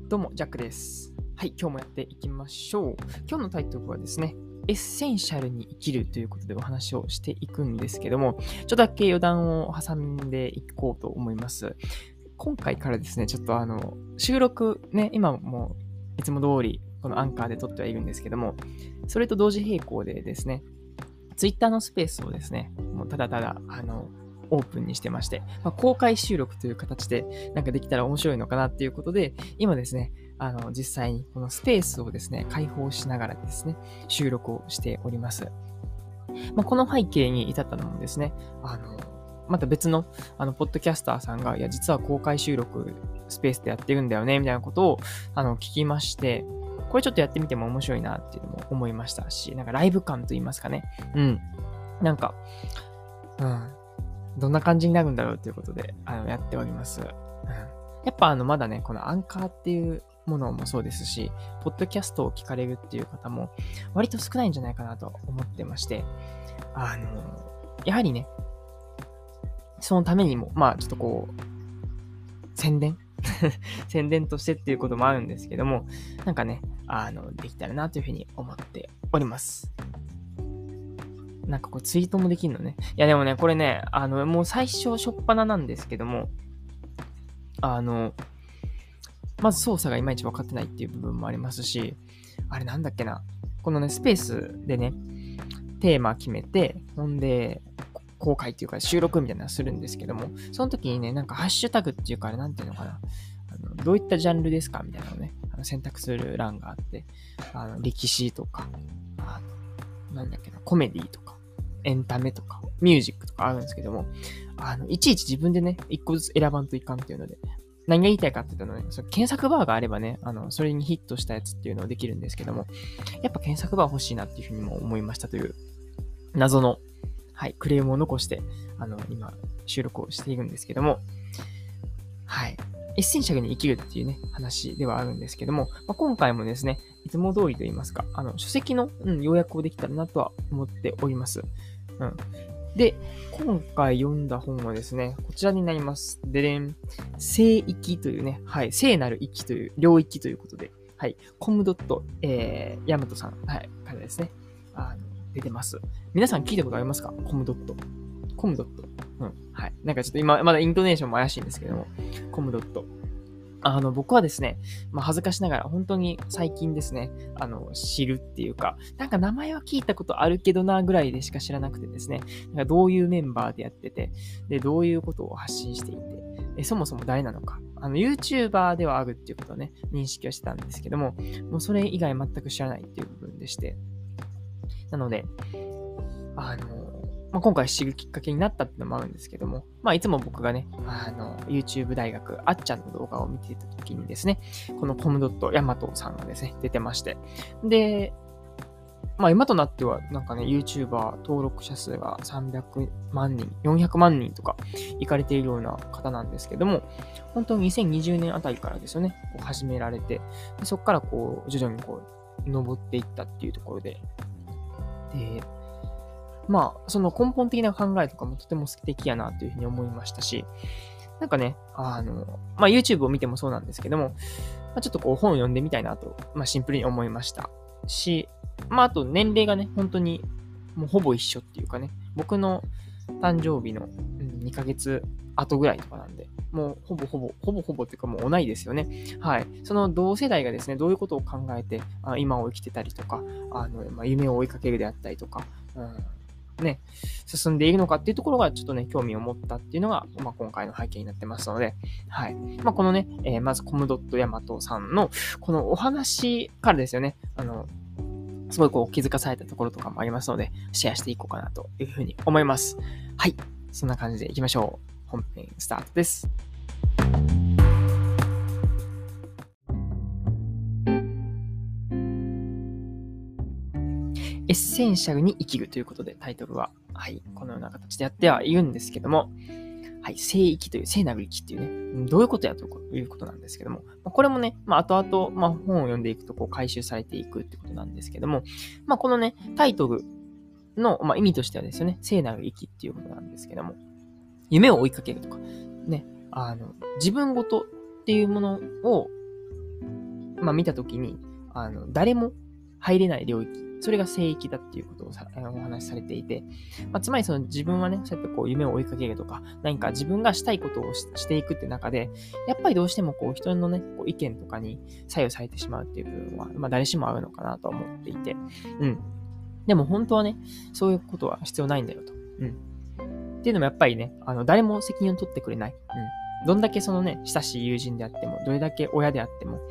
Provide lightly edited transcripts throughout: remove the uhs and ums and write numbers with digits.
どうも、ジャックです。はい、今日もやっていきましょう。今日のタイトルはですね、エッセンシャルに生きるということでお話をしていくんですけども、ちょっとだけ余談を挟んでいこうと思います。今回からですね、ちょっと収録ね、今もいつも通りこのアンカーで撮ってはいるんですけども、それと同時並行でですね、Twitter のスペースをですね、もうただただ、オープンにしてまして、公開収録という形でなんかできたら面白いのかなっていうことで、今ですね、実際にこのスペースをですね、開放しながらですね、収録をしております。この背景に至ったのもですね、また別の、ポッドキャスターさんが、いや、実は公開収録スペースでやってるんだよね、みたいなことを、聞きまして、これちょっとやってみても面白いなっていうのも思いましたし、なんかライブ感と言いますかね。なんか、どんな感じになるんだろうということで、やっております。やっぱまだね、このアンカーっていうものもそうですし、ポッドキャストを聞かれるっていう方も割と少ないんじゃないかなと思ってまして、やはりね、そのためにも、ちょっとこう、宣伝宣伝としてっていうこともあるんですけども、なんかね、できたらなというふうに思っております。なんかこうツイートもできるのね。いやでもね、これね、もう最初初っ端なんですけども、まず操作がいまいち分かってないっていう部分もありますし、あれなんだっけな。このね、スペースでね、テーマ決めて、ほんで、公開っていうか収録みたいなのするんですけども、その時にね、なんかハッシュタグっていうかあれなんていうのかな。どういったジャンルですかみたいなのをね、選択する欄があって、歴史とか、なんだっけな、コメディとか、エンタメとか、ミュージックとかあるんですけども、いちいち自分でね、一個ずつ選ばんといかんっていうので、何が言いたいかって言ったらね、その検索バーがあればね、それにヒットしたやつっていうのをできるんですけども、やっぱ検索バー欲しいなっていうふうにも思いましたという、謎の、はい、クレームを残して、今、収録をしているんですけども、はい。エッセンシャルに生きるっていうね、話ではあるんですけども、今回もですね、いつも通りと言いますか、書籍の、要約をできたらなとは思っております。で、今回読んだ本はですね、こちらになります。ででん、聖域というね、はい、聖なる域という、領域ということで、はい、コムドット、ヤマトさん、はい、からですね、出てます。皆さん聞いたことありますか？コムドット。コムドット。はい。なんかちょっと今、まだイントネーションも怪しいんですけども、コムドット。僕はですね、恥ずかしながら本当に最近ですね、知るっていうか、なんか名前は聞いたことあるけどなぐらいでしか知らなくてですね、なんかどういうメンバーでやってて、で、どういうことを発信していて、そもそも誰なのか、YouTuber ではあるっていうことをね、認識はしてたんですけども、もうそれ以外全く知らないっていう部分でして、なので、今回知るきっかけになったっていうのもあるんですけども、いつも僕がね、YouTube 大学、あっちゃんの動画を見ていた時にですね、このコムドットヤマトさんがですね、出てまして。で、今となっては、なんかね、YouTuber 登録者数が300万人、400万人とか行かれているような方なんですけども、本当に2020年あたりからですよね、こう始められて、でそこからこう、徐々にこう、登っていったっていうところで、で、その根本的な考えとかもとても素敵やなというふうに思いましたし、なんかね、YouTube を見てもそうなんですけども、ちょっとこう本を読んでみたいなと、シンプルに思いましたし、あと年齢がね、本当にもうほぼ一緒っていうかね、僕の誕生日の2ヶ月後ぐらいとかなんで、もうほぼっていうかもう同いですよね。はい。その同世代がですね、どういうことを考えて、今を生きてたりとか、夢を追いかけるであったりとか、進んでいるのかっていうところがちょっとね、興味を持ったっていうのが、今回の背景になってますので、はい。このね、まずコムドットヤマトさんの、このお話からですよね、すごいこう気づかされたところとかもありますので、シェアしていこうかなというふうに思います。はい。そんな感じでいきましょう。本編スタートです。エッセンシャルに生きるということでタイトルは、はい、このような形でやってはいるんですけども、はい、聖域という、聖なる域っていうね、どういうことやということなんですけども、これもね、後々、本を読んでいくとこう回収されていくってことなんですけども、このね、タイトルの、意味としてはですよね、聖なる域っていうことなんですけども、夢を追いかけるとか、ね、自分ごとっていうものを見たときに、誰も入れない領域、それが聖域だっていうことをお話しされていて、つまりその自分はね、そうやってこう夢を追いかけるとか、何か自分がしたいことをしていくって中で、やっぱりどうしてもこう人のね、こう意見とかに左右されてしまうっていう部分は、誰しもあるのかなとは思っていて、でも本当はね、そういうことは必要ないんだよと。っていうのもやっぱりね、誰も責任を取ってくれない。どんだけそのね、親しい友人であっても、どれだけ親であっても、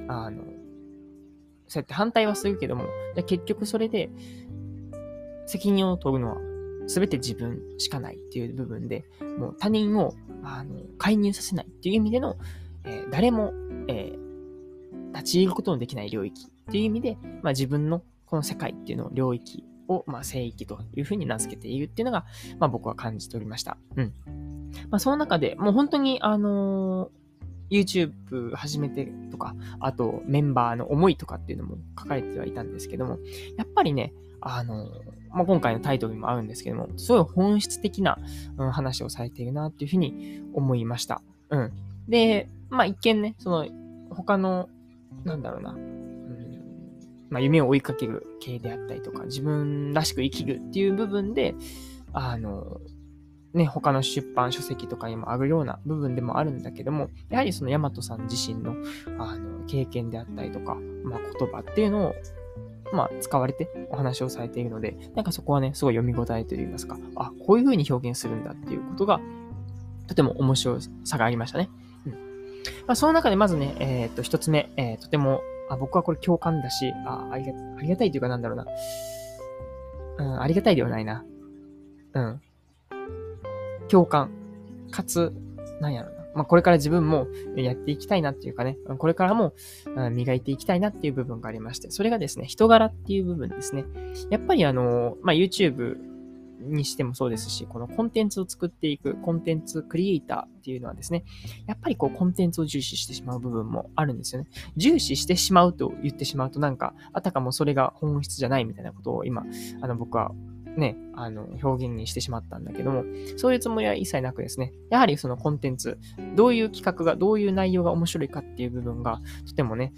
そうやって反対はするけども、結局それで責任を取るのは全て自分しかないっていう部分で、もう他人を介入させないっていう意味での、誰も、立ち入ることのできない領域っていう意味で、自分のこの世界っていうのを領域を、聖域というふうに名付けているっていうのが、僕は感じておりました。その中でもう本当にYouTube 始めてとか、あとメンバーの思いとかっていうのも書かれてはいたんですけども、やっぱりね、今回のタイトルにも合うんですけども、すごい本質的な、話をされているなっていうふうに思いました。で、一見ね、その他の、夢を追いかける系であったりとか、自分らしく生きるっていう部分で、他の出版書籍とかにもあるような部分でもあるんだけども、やはりその大和さん自身の、経験であったりとか、言葉っていうのを、使われてお話をされているので、そこはね、すごい読み応えといいますか、こういう風に表現するんだっていうことが、とても面白さがありましたね。その中でまずね、一つ目、とても、僕はこれ共感だし、ありがたいというかありがたいではないな。共感、かつ、これから自分もやっていきたいなっていうかね、これからも磨いていきたいなっていう部分がありまして、それがですね、人柄っていう部分ですね。やっぱりYouTube にしてもそうですし、このコンテンツを作っていくコンテンツクリエイターっていうのはですね、やっぱりこうコンテンツを重視してしまう部分もあるんですよね。重視してしまうと言ってしまうとあたかもそれが本質じゃないみたいなことを今、僕はね、表現にしてしまったんだけども、そういうつもりは一切なくですね、やはりそのコンテンツ、どういう企画が、どういう内容が面白いかっていう部分が、とてもね、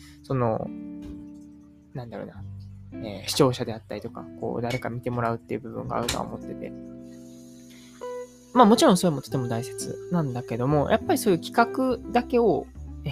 視聴者であったりとか、誰か見てもらうっていう部分があるとは思ってて。もちろんそれもとても大切なんだけども、やっぱりそういう企画だけを、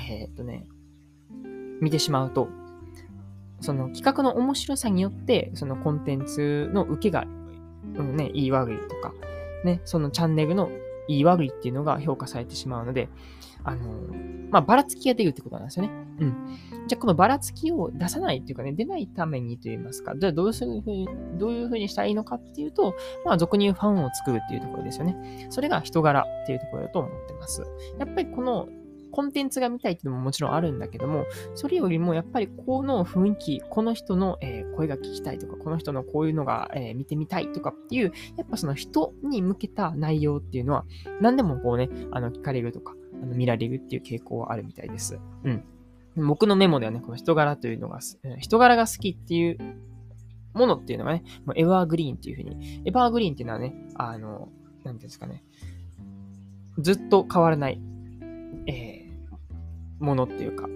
見てしまうと、その企画の面白さによって、そのコンテンツの受けが、いい悪いとか、そのチャンネルのいい悪いっていうのが評価されてしまうので、ばらつきが出るってことなんですよね。じゃあこのばらつきを出さないっていうかね、出ないためにと言いますか、じゃあどういうふうにしたらいいのかっていうと、俗に言うファンを作るっていうところですよね。それが人柄っていうところだと思ってます。やっぱりこのコンテンツが見たいっていうのももちろんあるんだけども、それよりもやっぱりこの雰囲気、この人の、声が聞きたいとか、この人のこういうのが、見てみたいとかっていう、やっぱその人に向けた内容っていうのは、何でも聞かれるとか、見られるっていう傾向はあるみたいです。僕のメモではね、この人柄というのが、人柄が好きっていうものっていうのがね、もうエバーグリーンっていうふうに、エバーグリーンっていうのはね、なんていうんですかね、ずっと変わらない、ものっていうか、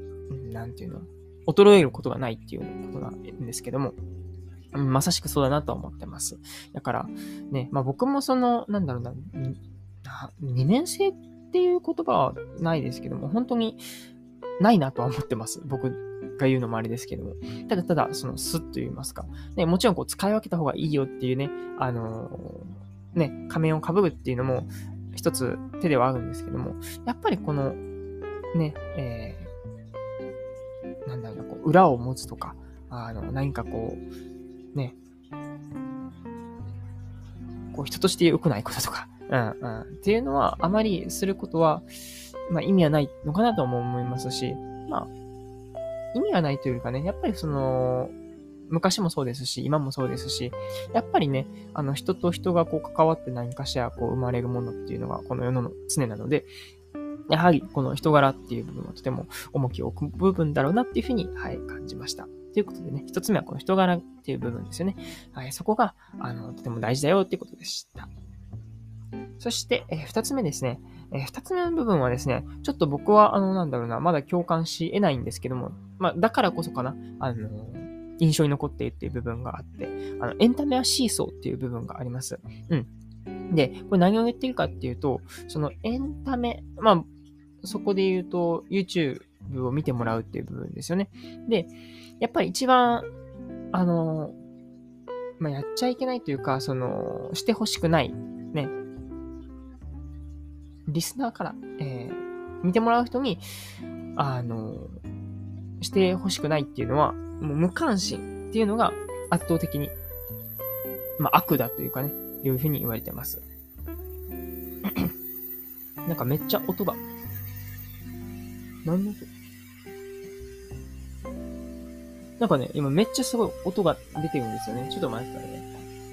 衰えることがないっていうことなんですけども、まさしくそうだなとは思ってます。だからね、僕も2年生っていう言葉はないですけども、本当にないなとは思ってます。僕が言うのもあれですけども。ただ、スッと言いますか。ね、もちろん使い分けた方がいいよっていうね、仮面を被るっていうのも一つ手ではあるんですけども、やっぱりこの、裏を持つとか、人として良くないこととか、っていうのはあまりすることは、意味はないのかなとも思いますし、意味はないというかね、やっぱり昔もそうですし、今もそうですし、やっぱりね、人と人が関わって何かしら生まれるものっていうのがこの世の常なので、やはりこの人柄っていう部分はとても重きを置く部分だろうなっていうふうに、感じました。ということでね、一つ目はこの人柄っていう部分ですよね。そこが、とても大事だよっていうことでした。そして、二つ目ですね。二つ目の部分はですね、ちょっと僕は、まだ共感し得ないんですけども、 だからこそかな、印象に残っているっていう部分があって、エンタメはシーソーっていう部分があります。で、これ何を言ってるかっていうと、そのエンタメ、そこで言うと YouTube を見てもらうっていう部分ですよね。で、やっぱり一番、やっちゃいけないというか、してほしくない、ね、リスナーから、見てもらう人に、してほしくないっていうのは、もう無関心っていうのが圧倒的に、悪だというかね、いうふうに言われてます。なんかめっちゃ音が。何の音？なんかね、今めっちゃすごい音が出てるんですよね。ちょっと待ってくださいね。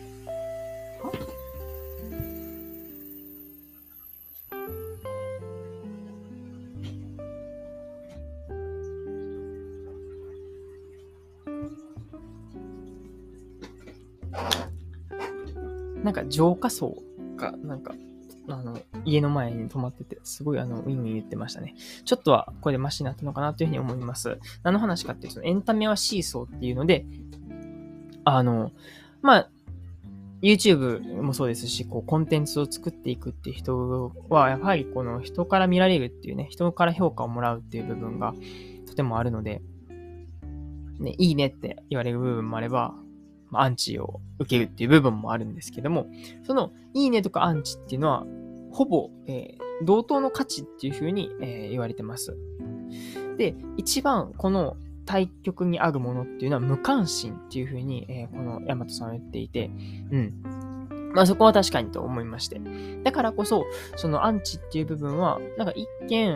なんか浄化層が、家の前に止まってて、すごいウィンウィン言ってましたね。ちょっとはこれでマシになったのかなというふうに思います。何の話かっていうと、エンタメはシーソーっていうので、YouTube もそうですし、コンテンツを作っていくっていう人は、やはりこの人から見られるっていうね、人から評価をもらうっていう部分がとてもあるので、ね、いいねって言われる部分もあれば、アンチを受けるっていう部分もあるんですけども、そのいいねとかアンチっていうのは、ほぼ、同等の価値っていうふうに、言われてます。で、一番この対極にあるものっていうのは無関心っていうふうに、この大和さんは言っていて、そこは確かにと思いまして。だからこそ、そのアンチっていう部分は、なんか一見、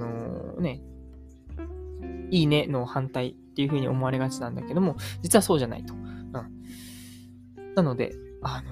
いいねの反対っていうふうに思われがちなんだけども、実はそうじゃないと。なので、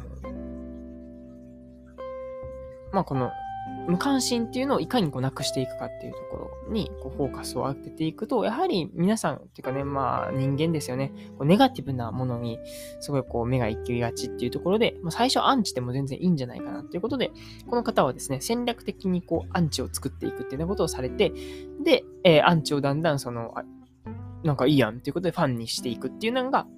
この無関心っていうのをいかになくしていくかっていうところにフォーカスを当てていくと、やはり皆さんっていうかね、人間ですよね。ネガティブなものにすごい目が行きがちっていうところで、最初アンチでも全然いいんじゃないかなということで、この方はですね、戦略的にアンチを作っていくっていうようなことをされて、で、アンチをだんだんなんかいいやんっていうことでファンにしていくっていうのが、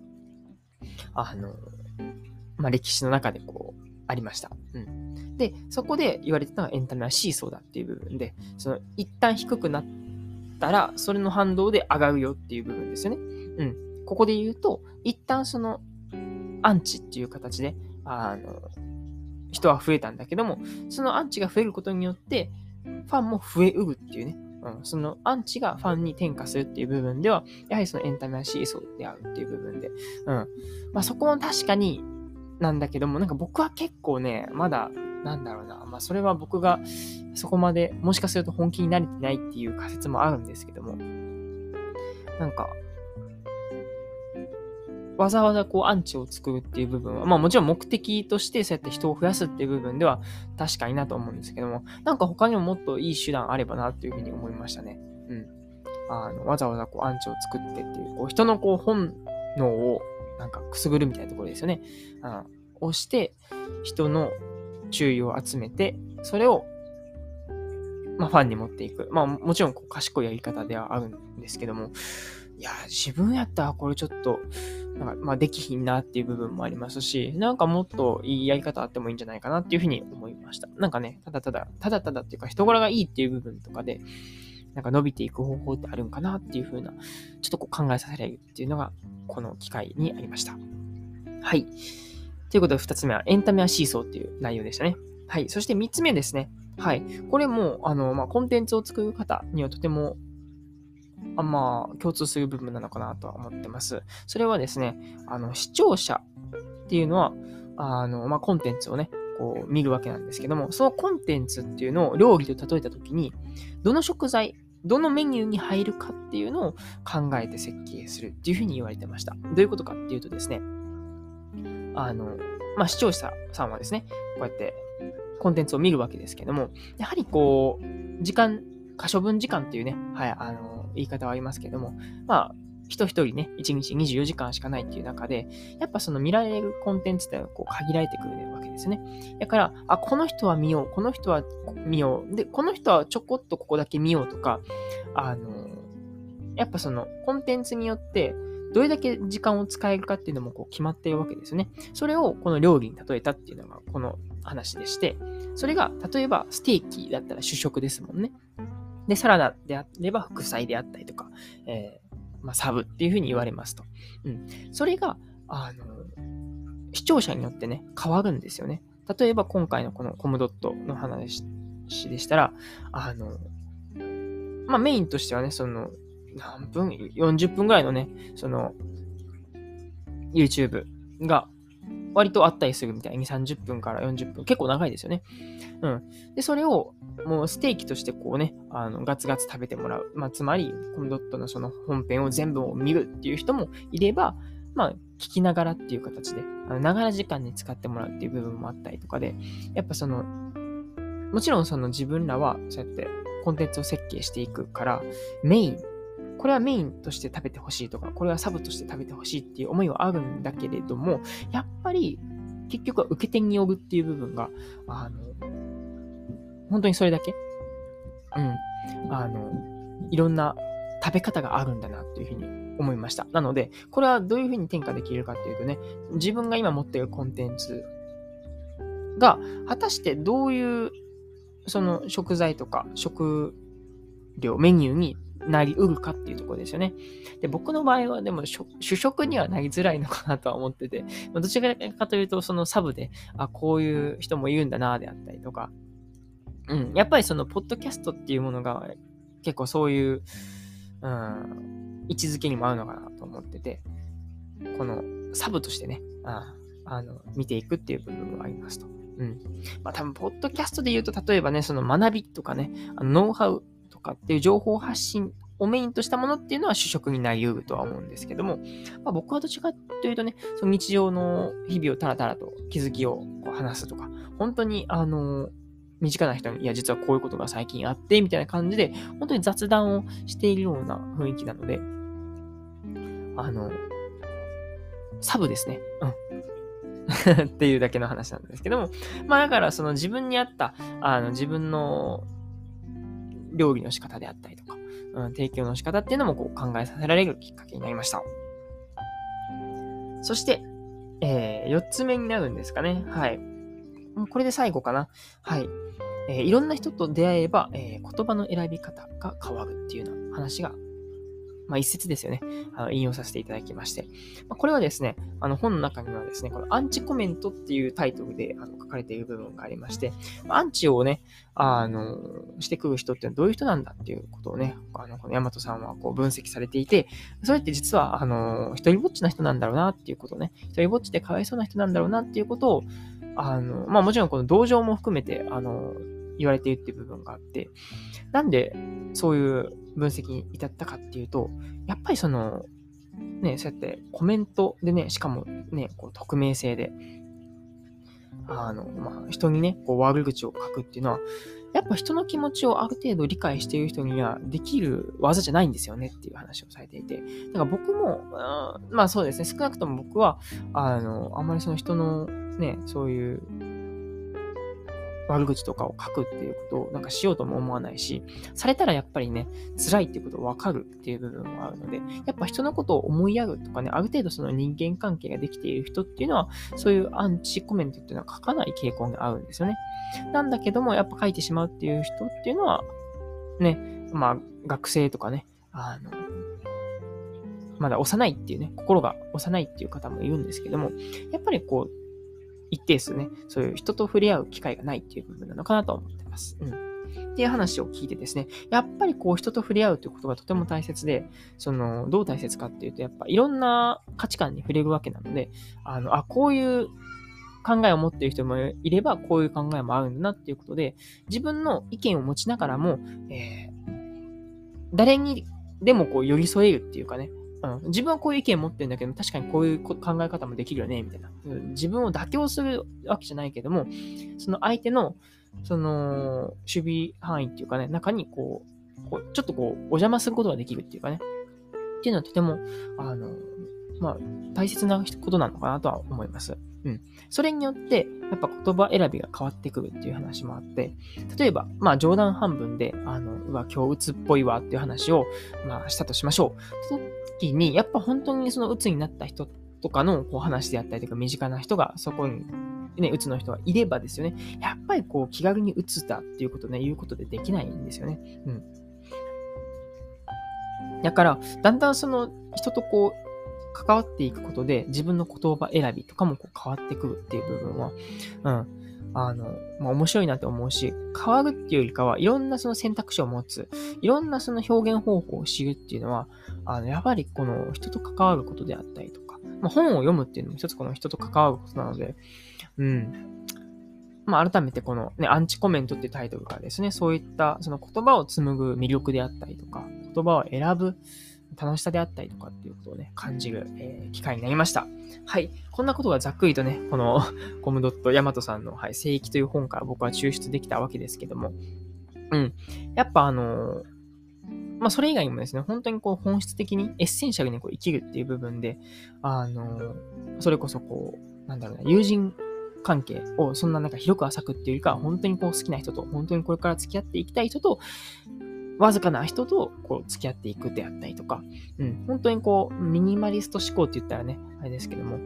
歴史の中でありました。で、そこで言われてたのはエンタメはシーソーだっていう部分で、一旦低くなったら、それの反動で上がるよっていう部分ですよね。ここで言うと、一旦アンチっていう形で、人は増えたんだけども、そのアンチが増えることによって、ファンも増えうるっていうね。そのアンチがファンに転化するっていう部分では、やはりそのエンタメはシーソーであるっていう部分で、そこも確かになんだけども、なんか僕は結構ね、まだ、それは僕がそこまで、もしかすると本気になれてないっていう仮説もあるんですけども、なんか、わざわざアンチを作るっていう部分は、もちろん目的としてそうやって人を増やすっていう部分では確かになと思うんですけども、なんか他にももっといい手段あればなというふうに思いましたね。わざわざアンチを作ってっていう、人の本能をなんかくすぐるみたいなところですよね。をして、人の注意を集めて、それを、ファンに持っていく。もちろん賢いやり方ではあるんですけども、いや、自分やったらこれちょっと、できひんなっていう部分もありますし、なんかもっといいやり方あってもいいんじゃないかなっていうふうに思いました。なんかね、ただただっていうか人柄がいいっていう部分とかで、なんか伸びていく方法ってあるんかなっていうふうな、ちょっと考えさせられるっていうのが、この機会にありました。はい。ということで、2つ目は、エンタメはシーソーっていう内容でしたね。はい。そして3つ目ですね。はい。これも、コンテンツを作る方にはとても、共通する部分なのかなとは思ってます。それはですね、視聴者っていうのは、コンテンツをね、見るわけなんですけども、そのコンテンツっていうのを料理と例えたときに、どの食材、どのメニューに入るかっていうのを考えて設計するっていうふうに言われてました。どういうことかっていうとですね、視聴者さんはですね、こうやってコンテンツを見るわけですけども、やはり可処分時間っていうね、言い方はありますけども、人一人ね、1日24時間しかないっていう中で、やっぱ見られるコンテンツっていうのは限られてくるわけですね。だから、この人は見よう、この人は見よう、で、この人はちょこっとここだけ見ようとか、 やっぱそのコンテンツによってどれだけ時間を使えるかっていうのもこう決まっているわけですよね。それをこの料理に例えたっていうのがこの話でして、それが例えばステーキだったら主食ですもんね。で、サラダであれば副菜であったりとか、サブっていうふうに言われますと。それが、視聴者によってね、変わるんですよね。例えば今回のこのコムドットの話でしたら、メインとしてはね、その、何分 ?40 分ぐらいのね、その、YouTube が割とあったりするみたいに30分から40分。結構長いですよね。で、それをもうステーキとしてこうね、ガツガツ食べてもらう。つまり、コムドットのその本編を全部を見るっていう人もいれば、聞きながらっていう形で、ながら時間に使ってもらうっていう部分もあったりとかで、やっぱその、もちろんその自分らはそうやってコンテンツを設計していくから、これはメインとして食べてほしいとか、これはサブとして食べてほしいっていう思いはあるんだけれども、やっぱり結局は受け手によるっていう部分が、本当にそれだけ、いろんな食べ方があるんだなっていうふうに思いました。なので、これはどういうふうに転化できるかっていうとね、自分が今持っているコンテンツが、果たしてどういうその食材とか食料、メニューになりうるかっていうところですよね。で、僕の場合はでも主食にはなりづらいのかなとは思ってて、どちらかというとそのサブで、こういう人もいるんだなであったりとか、やっぱりそのポッドキャストっていうものが結構そういう、位置づけにも合うのかなと思ってて、このサブとしてね、見ていくっていう部分もありますと。多分、ポッドキャストで言うと、例えばね、その学びとかね、ノウハウとかっていう情報発信をメインとしたものっていうのは主食になり得るとは思うんですけども、僕はどっちかというとね、その日常の日々をたらたらと気づきをこう話すとか、本当に、身近な人に、いや、実はこういうことが最近あって、みたいな感じで、本当に雑談をしているような雰囲気なので、サブですね。っていうだけの話なんですけども。だからその自分に合った、自分の料理の仕方であったりとか、提供の仕方っていうのもこう考えさせられるきっかけになりました。そして、4つ目になるんですかね。はい。これで最後かな。はい。いろんな人と出会えば、言葉の選び方が変わるっていうような話が一節ですよね。引用させていただきまして。これはですね、本の中にはですね、このアンチコメントっていうタイトルで書かれている部分がありまして、アンチをね、してくる人ってどういう人なんだっていうことをね、この大和さんはこう分析されていて、それって実は、一人ぼっちな人なんだろうなっていうことをね、一人ぼっちでかわいそうな人なんだろうなっていうことを、もちろんこの同情も含めて、言われているっていう部分があって、なんでそういう分析に至ったかっていうと、やっぱりその、ね、そうやってコメントでね、しかもね、こう匿名性で、人にね、こう悪口を書くっていうのは、やっぱ人の気持ちをある程度理解している人にはできる技じゃないんですよねっていう話をされていて、だから僕も、そうですね、少なくとも僕は、あんまりその人のね、そういう悪口とかを書くっていうことをなんかしようとも思わないし、されたらやっぱりね、辛いっていうことがわかるっていう部分があるので、やっぱ人のことを思いやるとかね、ある程度その人間関係ができている人っていうのは、そういうアンチコメントっていうのは書かない傾向があるんですよね。なんだけども、やっぱ書いてしまうっていう人っていうのは、ね、学生とかね、まだ幼いっていうね、心が幼いっていう方もいるんですけども、やっぱりこう、一定数ね、そういう人と触れ合う機会がないっていう部分なのかなと思ってます。っていう話を聞いてですね、やっぱりこう人と触れ合うということがとても大切で、どう大切かっていうと、やっぱいろんな価値観に触れるわけなので、こういう考えを持っている人もいれば、こういう考えもあるんだなっていうことで、自分の意見を持ちながらも、誰にでもこう寄り添えるっていうかね、自分はこういう意見持ってるんだけど、確かにこういう考え方もできるよね、みたいな。自分を妥協するわけじゃないけども、その相手の、守備範囲っていうかね、中にちょっとお邪魔することができるっていうかね、っていうのはとても、大切なことなのかなとは思います。それによって、 やっぱ言葉選びが変わってくるっていう話もあって、例えば、まあ冗談半分で、今日鬱っぽいわっていう話を、まあしたとしましょう。その時に、やっぱ本当にその鬱になった人とかのこう話であったりとか、身近な人がそこにね、鬱の人がいればですよね、やっぱりこう気軽に鬱だっていうことね、言うことでできないんですよね。うん。だから、だんだんその人とこう、関わっていくことで、自分の言葉選びとかもこう変わってくるっていう部分は、うん、面白いなって思うし、変わるっていうよりかは、いろんなその選択肢を持つ、いろんなその表現方法を知るっていうのは、やっぱりこの人と関わることであったりとか、まあ、本を読むっていうのも一つこの人と関わることなので、うん。まあ、改めてこのね、アンチコメントっていうタイトルからですね、そういったその言葉を紡ぐ魅力であったりとか、言葉を選ぶ楽しさであったりとかっていうことをね、感じる、機会になりました。はい。こんなことがざっくりとね、このコムドットヤマトさんの、はい、聖域という本から僕は抽出できたわけですけども、うん。やっぱまあ、それ以外にもですね、本当にこう本質的にエッセンシャルにこう生きるっていう部分で、それこそこう、なんだろうな、友人関係をそんななんか広く浅くっていうよりかは、本当にこう好きな人と、本当にこれから付き合っていきたい人と、わずかな人とこう付き合っていくであったりとか、うん、本当にこう、ミニマリスト思考って言ったらね、あれですけども、うん、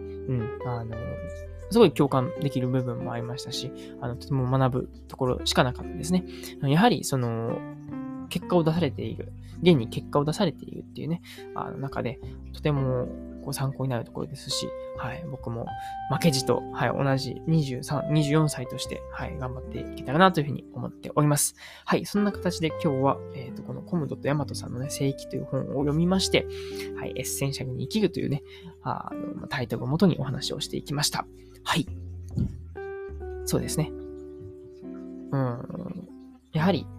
すごい共感できる部分もありましたし、とても学ぶところしかなかったですね。やはり、その、結果を出されている、現に結果を出されているっていうね、中で、とてもこう参考になるところですし、はい、僕も負けじと、はい、同じ23、24歳として、はい、頑張っていけたらなというふうに思っております。はい、そんな形で今日は、このコムドットヤマトさんのね、聖域という本を読みまして、はい、エッセンシャルに生きるというね、タイトルをもとにお話をしていきました。はい。そうですね。やはり、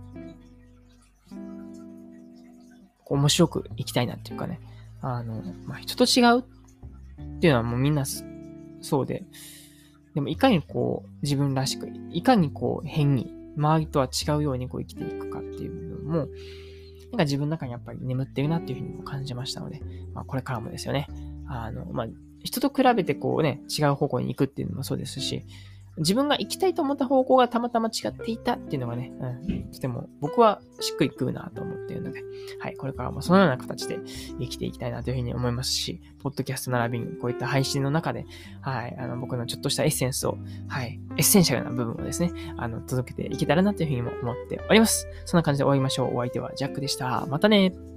面白く生きたいなっていうかね、人と違うっていうのはもうみんなそうで、でもいかにこう自分らしく、いかにこう変に周りとは違うようにこう生きていくかっていう部分も、なんか自分の中にやっぱり眠ってるなっていうふうにも感じましたので、まあこれからもですよね。人と比べてこうね、違う方向に行くっていうのもそうですし、自分が行きたいと思った方向がたまたま違っていたっていうのがね、とても僕はしっくりくるなと思っているので、はい、これからもそのような形で生きていきたいなというふうに思いますし、ポッドキャスト並びにこういった配信の中で、はい、僕のちょっとしたエッセンスを、はい、エッセンシャルな部分をですね、届けていけたらなというふうにも思っております。そんな感じで終わりましょう。お相手はジャックでした。またね。